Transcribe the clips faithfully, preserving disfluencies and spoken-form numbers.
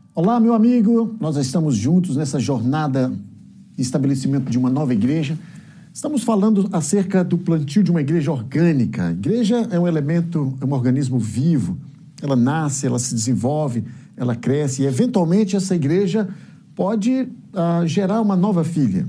Olá, meu amigo, nós estamos juntos nessa jornada de estabelecimento de uma nova igreja. Estamos falando acerca do plantio de uma igreja orgânica. A igreja é um elemento, é um organismo vivo. Ela nasce, ela se desenvolve, ela cresce e, eventualmente, essa igreja pode uh, gerar uma nova filha.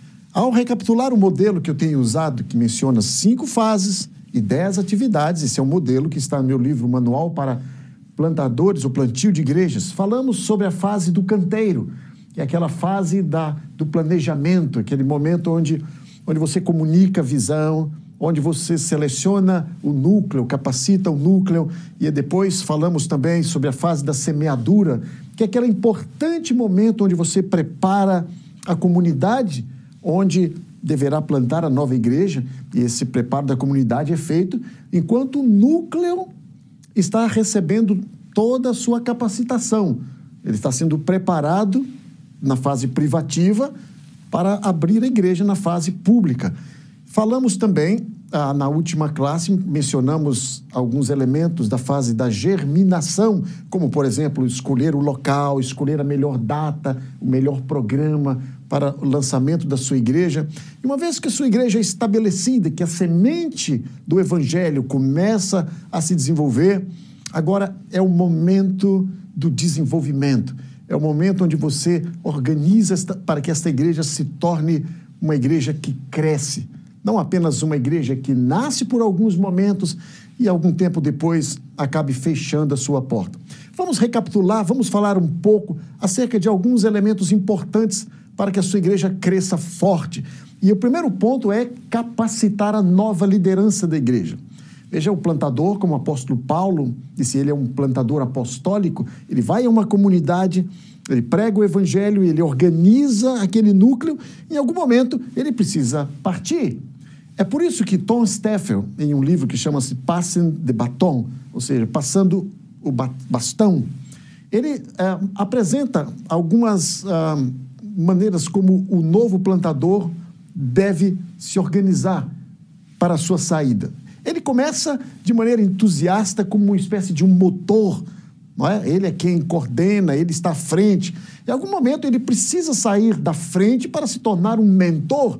Ao recapitular o modelo que eu tenho usado, que menciona cinco fases e dez atividades, esse é um modelo que está no meu livro Manual para Plantadores, o Plantio de Igrejas, falamos sobre a fase do canteiro, que é aquela fase da, do planejamento, aquele momento onde, onde você comunica a visão, onde você seleciona o núcleo, capacita o núcleo, e depois falamos também sobre a fase da semeadura, que é aquele importante momento onde você prepara a comunidade, onde deverá plantar a nova igreja, e esse preparo da comunidade é feito enquanto o núcleo está recebendo toda a sua capacitação. Ele está sendo preparado na fase privativa para abrir a igreja na fase pública. Falamos também, ah, na última classe, mencionamos alguns elementos da fase da germinação, como, por exemplo, escolher o local, escolher a melhor data, o melhor programa para o lançamento da sua igreja. E uma vez que a sua igreja é estabelecida, que a semente do evangelho começa a se desenvolver, agora é o momento do desenvolvimento. É o momento onde você organiza esta, para que esta igreja se torne uma igreja que cresce. Não apenas uma igreja que nasce por alguns momentos e algum tempo depois acabe fechando a sua porta. Vamos recapitular, vamos falar um pouco acerca de alguns elementos importantes para que a sua igreja cresça forte. E o primeiro ponto é capacitar a nova liderança da igreja. Veja, o plantador, como o apóstolo Paulo disse, ele é um plantador apostólico, ele vai a uma comunidade, ele prega o evangelho, ele organiza aquele núcleo, em algum momento ele precisa partir. É por isso que Tom Steffel, em um livro que chama-se Passing the Baton, ou seja, passando o bastão, ele é, apresenta algumas ah, maneiras como o novo plantador deve se organizar para a sua saída. Ele começa de maneira entusiasta, como uma espécie de um motor, não é? Ele é quem coordena, ele está à frente. Em algum momento ele precisa sair da frente para se tornar um mentor.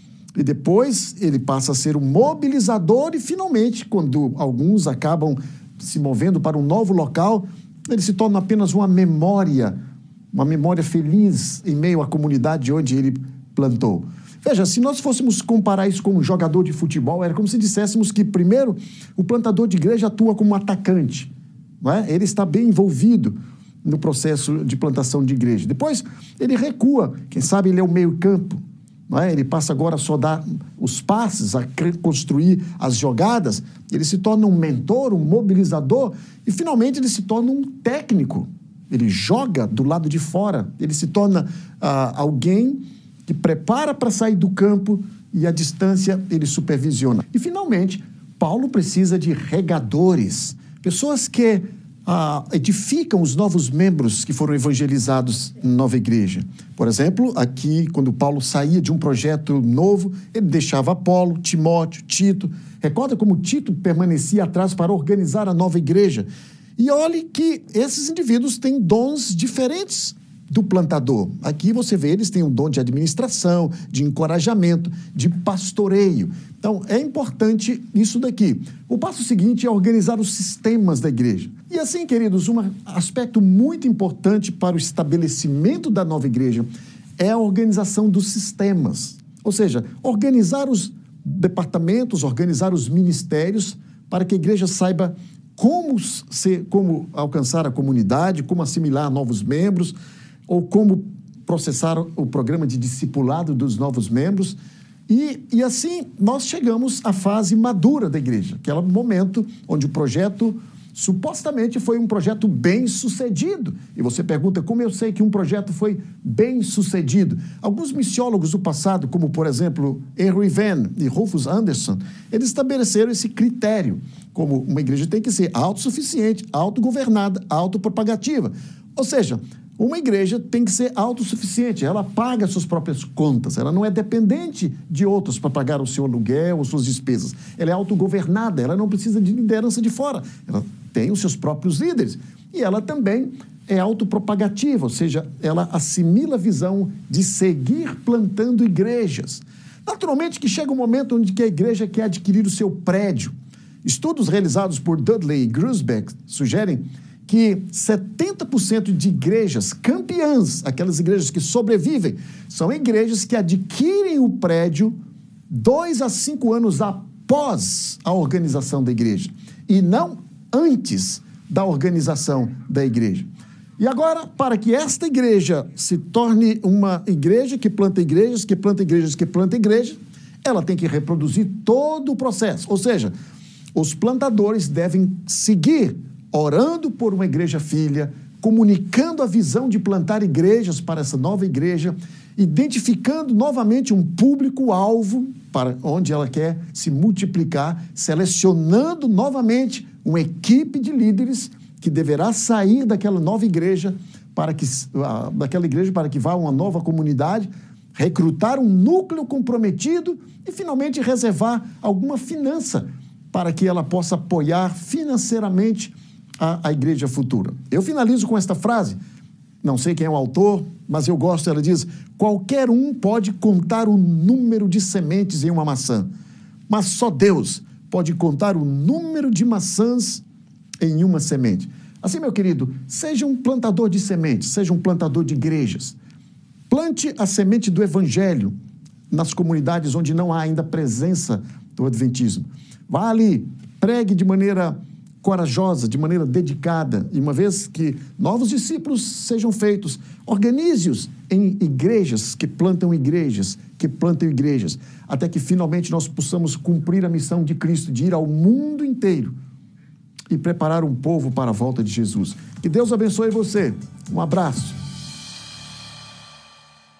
E depois ele passa a ser um mobilizador e, finalmente, quando alguns acabam se movendo para um novo local, ele se torna apenas uma memória, uma memória feliz em meio à comunidade onde ele plantou. Veja, se nós fôssemos comparar isso com um jogador de futebol, era como se disséssemos que, primeiro, o plantador de igreja atua como um atacante, não é? Ele está bem envolvido no processo de plantação de igreja. Depois, ele recua, quem sabe ele é o meio-campo, não é? Ele passa agora a só dar os passes, a construir as jogadas, ele se torna um mentor, um mobilizador, e, finalmente, ele se torna um técnico. Ele joga do lado de fora, ele se torna ah, alguém que prepara para sair do campo e, à distância, ele supervisiona. E, finalmente, Paulo precisa de regadores, pessoas que ah, edificam os novos membros que foram evangelizados na nova igreja. Por exemplo, aqui, quando Paulo saía de um projeto novo, ele deixava Apolo, Timóteo, Tito. Recorda como Tito permanecia atrás para organizar a nova igreja. E olhe que esses indivíduos têm dons diferentes do plantador. Aqui você vê, eles têm um dom de administração, de encorajamento, de pastoreio. Então, é importante isso daqui. O passo seguinte é organizar os sistemas da igreja. E assim, queridos, um aspecto muito importante para o estabelecimento da nova igreja é a organização dos sistemas. Ou seja, organizar os departamentos, organizar os ministérios para que a igreja saiba como, ser, como alcançar a comunidade, como assimilar novos membros, ou como processar o programa de discipulado dos novos membros. E, e assim, nós chegamos à fase madura da igreja, que é o momento onde o projeto supostamente foi um projeto bem-sucedido. E você pergunta, como eu sei que um projeto foi bem-sucedido? Alguns missiólogos do passado, como, por exemplo, Henry Venn e Rufus Anderson, eles estabeleceram esse critério, como uma igreja tem que ser autossuficiente, autogovernada, autopropagativa. Ou seja, uma igreja tem que ser autossuficiente, ela paga suas próprias contas, ela não é dependente de outros para pagar o seu aluguel ou suas despesas. Ela é autogovernada, ela não precisa de liderança de fora, ela tem os seus próprios líderes. E ela também é autopropagativa, ou seja, ela assimila a visão de seguir plantando igrejas. Naturalmente que chega um momento onde que a igreja quer adquirir o seu prédio. Estudos realizados por Dudley e Grusbeck sugerem que setenta por cento de igrejas campeãs, aquelas igrejas que sobrevivem, são igrejas que adquirem o prédio dois a cinco anos após a organização da igreja, e não antes da organização da igreja. E agora, para que esta igreja se torne uma igreja que planta igrejas, que planta igrejas, que planta igrejas, ela tem que reproduzir todo o processo. Ou seja, os plantadores devem seguir orando por uma igreja filha, comunicando a visão de plantar igrejas para essa nova igreja, identificando novamente um público-alvo para onde ela quer se multiplicar, selecionando novamente uma equipe de líderes que deverá sair daquela nova igreja para que daquela igreja para que vá a uma nova comunidade, recrutar um núcleo comprometido e finalmente reservar alguma finança para que ela possa apoiar financeiramente a, a igreja futura. Eu finalizo com esta frase, não sei quem é o autor, mas eu gosto, ela diz: qualquer um pode contar o número de sementes em uma maçã, mas só Deus pode contar o número de maçãs em uma semente. Assim, meu querido, seja um plantador de sementes, seja um plantador de igrejas. Plante a semente do evangelho nas comunidades onde não há ainda presença do adventismo. Vá ali, pregue de maneira corajosa, de maneira dedicada, e uma vez que novos discípulos sejam feitos, organize-os em igrejas que plantam igrejas, que plantam igrejas, até que finalmente nós possamos cumprir a missão de Cristo, de ir ao mundo inteiro e preparar um povo para a volta de Jesus. Que Deus abençoe você. Um abraço.